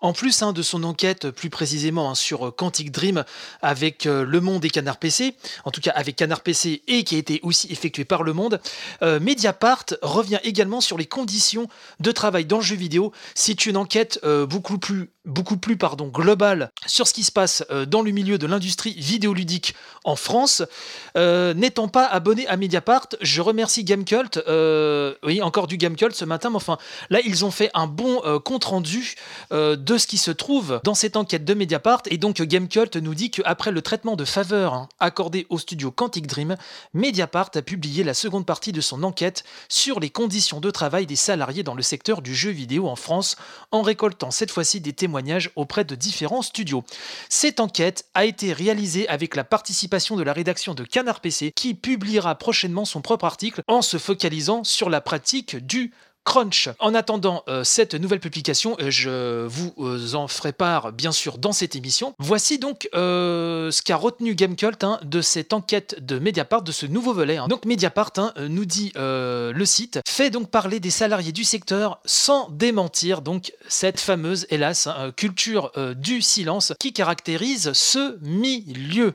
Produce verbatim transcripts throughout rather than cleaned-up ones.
En plus hein, de son enquête plus précisément hein, sur Quantic Dream avec euh, Le Monde et Canard P C, en tout cas avec Canard P C et qui a été aussi effectué par Le Monde, euh, Mediapart revient également sur les conditions de travail dans le jeu vidéo. C'est une enquête euh, beaucoup plus, beaucoup plus pardon, globale sur ce qui se passe euh, dans le milieu de l'industrie vidéoludique en France. Euh, N'étant pas abonné à Mediapart, je remercie Gamecult. Euh, oui, encore du Gamecult ce matin, mais enfin, là, ils ont fait un bon euh, compte-rendu euh, de ce qui se trouve dans cette enquête de Mediapart. Et donc, Gamecult nous dit qu'après le traitement de faveur hein, accordé au studio Quantic Dream, Mediapart a publié la seconde partie de son enquête sur les conditions de travail des salariés dans le secteur du jeu vidéo en France, en récoltant cette fois-ci des témoignages auprès de différents studios. Cette enquête a été réalisée avec la participation de la rédaction de Canard P C, qui publiera prochainement son propre article en se focalisant sur la pratique du crunch. En attendant euh, cette nouvelle publication, euh, je vous euh, en ferai part bien sûr dans cette émission. Voici donc euh, ce qu'a retenu Gamecult hein, de cette enquête de Mediapart, de ce nouveau volet. Hein. Donc Mediapart hein, nous dit euh, le site fait donc parler des salariés du secteur sans démentir donc cette fameuse hélas hein, culture euh, du silence qui caractérise ce milieu.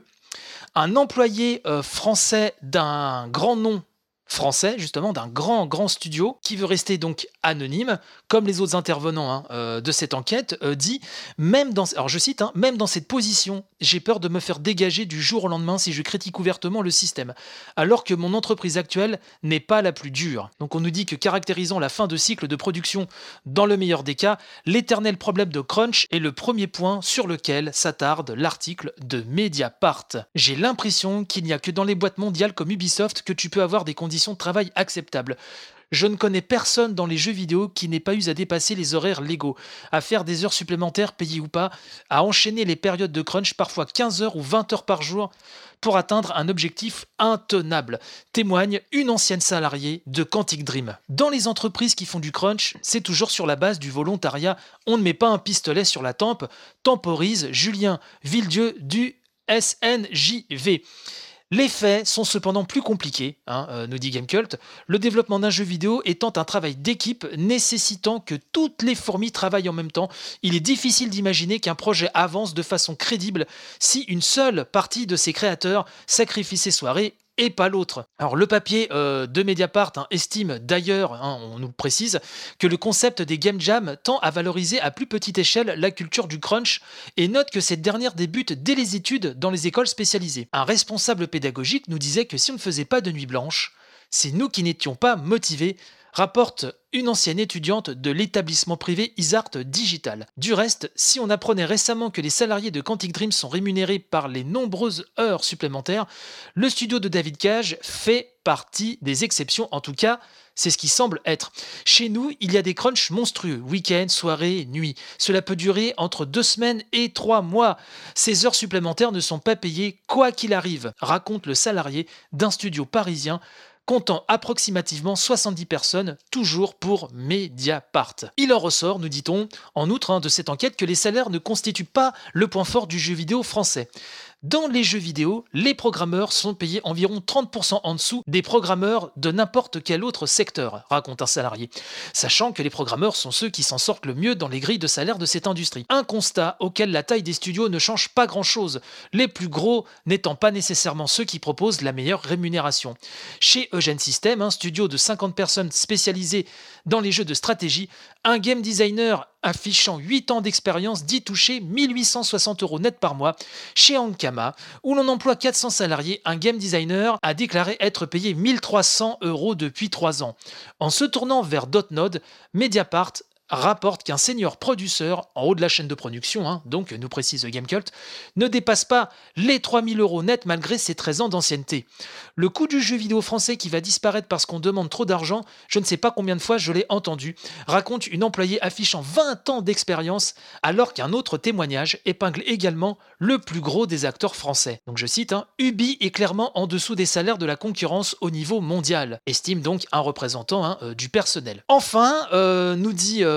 Un employé euh, français d'un grand nom français, justement, d'un grand, grand studio, qui veut rester donc anonyme, comme les autres intervenants hein, euh, de cette enquête, euh, dit, même dans, alors je cite, hein, même dans cette position, j'ai peur de me faire dégager du jour au lendemain si je critique ouvertement le système, alors que mon entreprise actuelle n'est pas la plus dure. Donc on nous dit que caractérisant la fin de cycle de production, dans le meilleur des cas, l'éternel problème de crunch est le premier point sur lequel s'attarde l'article de Mediapart. J'ai l'impression qu'il n'y a que dans les boîtes mondiales comme Ubisoft que tu peux avoir des conditions de travail acceptables. Je ne connais personne dans les jeux vidéo qui n'ait pas eu à dépasser les horaires légaux, à faire des heures supplémentaires payées ou pas, à enchaîner les périodes de crunch parfois quinze heures ou vingt heures par jour pour atteindre un objectif intenable, témoigne une ancienne salariée de Quantic Dream. Dans les entreprises qui font du crunch, c'est toujours sur la base du volontariat. On ne met pas un pistolet sur la tempe, temporise Julien Villedieu du S N J V. Les faits sont cependant plus compliqués, hein, euh, nous dit Gamecult, le développement d'un jeu vidéo étant un travail d'équipe nécessitant que toutes les fourmis travaillent en même temps. Il est difficile d'imaginer qu'un projet avance de façon crédible si une seule partie de ses créateurs sacrifie ses soirées et pas l'autre. Alors le papier euh, de Mediapart hein, estime d'ailleurs, hein, on nous précise, que le concept des game jams tend à valoriser à plus petite échelle la culture du crunch et note que cette dernière débute dès les études dans les écoles spécialisées. Un responsable pédagogique nous disait que si on ne faisait pas de nuit blanche, c'est nous qui n'étions pas motivés, rapporte une ancienne étudiante de l'établissement privé Isart Digital. Du reste, si on apprenait récemment que les salariés de Quantic Dream sont rémunérés par les nombreuses heures supplémentaires, le studio de David Cage fait partie des exceptions, en tout cas, c'est ce qui semble être. Chez nous, il y a des crunchs monstrueux, week-end, soirée, nuit. Cela peut durer entre deux semaines et trois mois. Ces heures supplémentaires ne sont pas payées quoi qu'il arrive, raconte le salarié d'un studio parisien comptant approximativement soixante-dix personnes, toujours pour Mediapart. Il en ressort, nous dit-on, en outre hein, de cette enquête, que les salaires ne constituent pas le point fort du jeu vidéo français. Dans les jeux vidéo, les programmeurs sont payés environ trente pour cent en dessous des programmeurs de n'importe quel autre secteur, raconte un salarié, sachant que les programmeurs sont ceux qui s'en sortent le mieux dans les grilles de salaire de cette industrie. Un constat auquel la taille des studios ne change pas grand-chose, les plus gros n'étant pas nécessairement ceux qui proposent la meilleure rémunération. Chez Eugène System, un studio de cinquante personnes spécialisé dans les jeux de stratégie, un game designer affichant huit ans d'expérience dit toucher mille huit cent soixante euros net par mois. Chez Ankama, où l'on emploie quatre cents salariés, un game designer a déclaré être payé mille trois cents euros depuis trois ans. En se tournant vers Dotnod, Mediapart rapporte qu'un senior producer, en haut de la chaîne de production, hein, donc nous précise Gamecult, ne dépasse pas les trois mille euros net malgré ses treize ans d'ancienneté. Le coût du jeu vidéo français qui va disparaître parce qu'on demande trop d'argent, je ne sais pas combien de fois je l'ai entendu, raconte une employée affichant vingt ans d'expérience, alors qu'un autre témoignage épingle également le plus gros des acteurs français. Donc je cite, hein, Ubi est clairement en dessous des salaires de la concurrence au niveau mondial, estime donc un représentant hein, euh, du personnel. Enfin, euh, nous dit... Euh,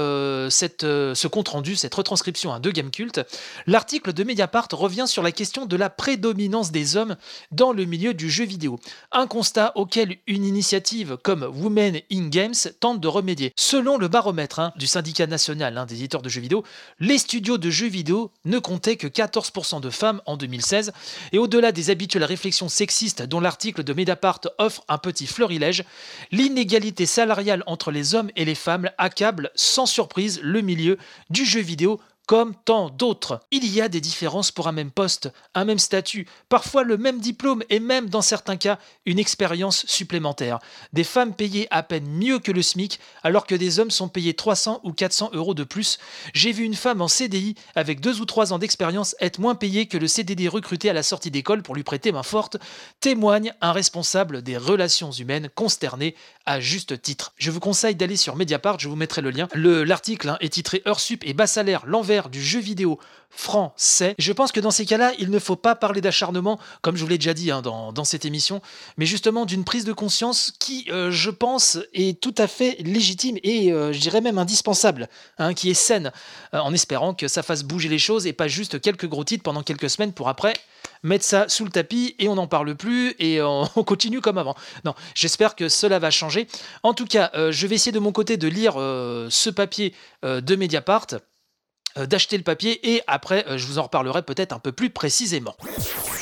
euh, cette, euh, ce compte-rendu, cette retranscription hein, de Gamecult, l'article de Mediapart revient sur la question de la prédominance des hommes dans le milieu du jeu vidéo. Un constat auquel une initiative comme Women in Games tente de remédier. Selon le baromètre hein, du syndicat national hein, des éditeurs de jeux vidéo, les studios de jeux vidéo ne comptaient que quatorze pour cent de femmes en deux mille seize, et au-delà des habituelles réflexions sexistes dont l'article de Mediapart offre un petit florilège, l'inégalité salariale entre les hommes et les femmes accable sans surprise le milieu du jeu vidéo comme tant d'autres. Il y a des différences pour un même poste, un même statut, parfois le même diplôme et même dans certains cas une expérience supplémentaire. Des femmes payées à peine mieux que le SMIC alors que des hommes sont payés trois cents ou quatre cents euros de plus. J'ai vu une femme en C D I avec deux ou trois ans d'expérience être moins payée que le C D D recruté à la sortie d'école pour lui prêter main forte, témoigne un responsable des relations humaines consterné à juste titre. Je vous conseille d'aller sur Mediapart, je vous mettrai le lien. Le, l'article hein, est titré Heures sup et bas salaire, l'envers du jeu vidéo français. Je pense que dans ces cas-là, il ne faut pas parler d'acharnement, comme je vous l'ai déjà dit hein, dans, dans cette émission, mais justement d'une prise de conscience qui, euh, je pense, est tout à fait légitime et euh, je dirais même indispensable, hein, qui est saine, euh, en espérant que ça fasse bouger les choses et pas juste quelques gros titres pendant quelques semaines pour après mettre ça sous le tapis et on n'en parle plus et on continue comme avant. Non, j'espère que cela va changer. En tout cas, euh, je vais essayer de mon côté de lire euh, ce papier euh, de Mediapart, euh, d'acheter le papier et après, euh, je vous en reparlerai peut-être un peu plus précisément.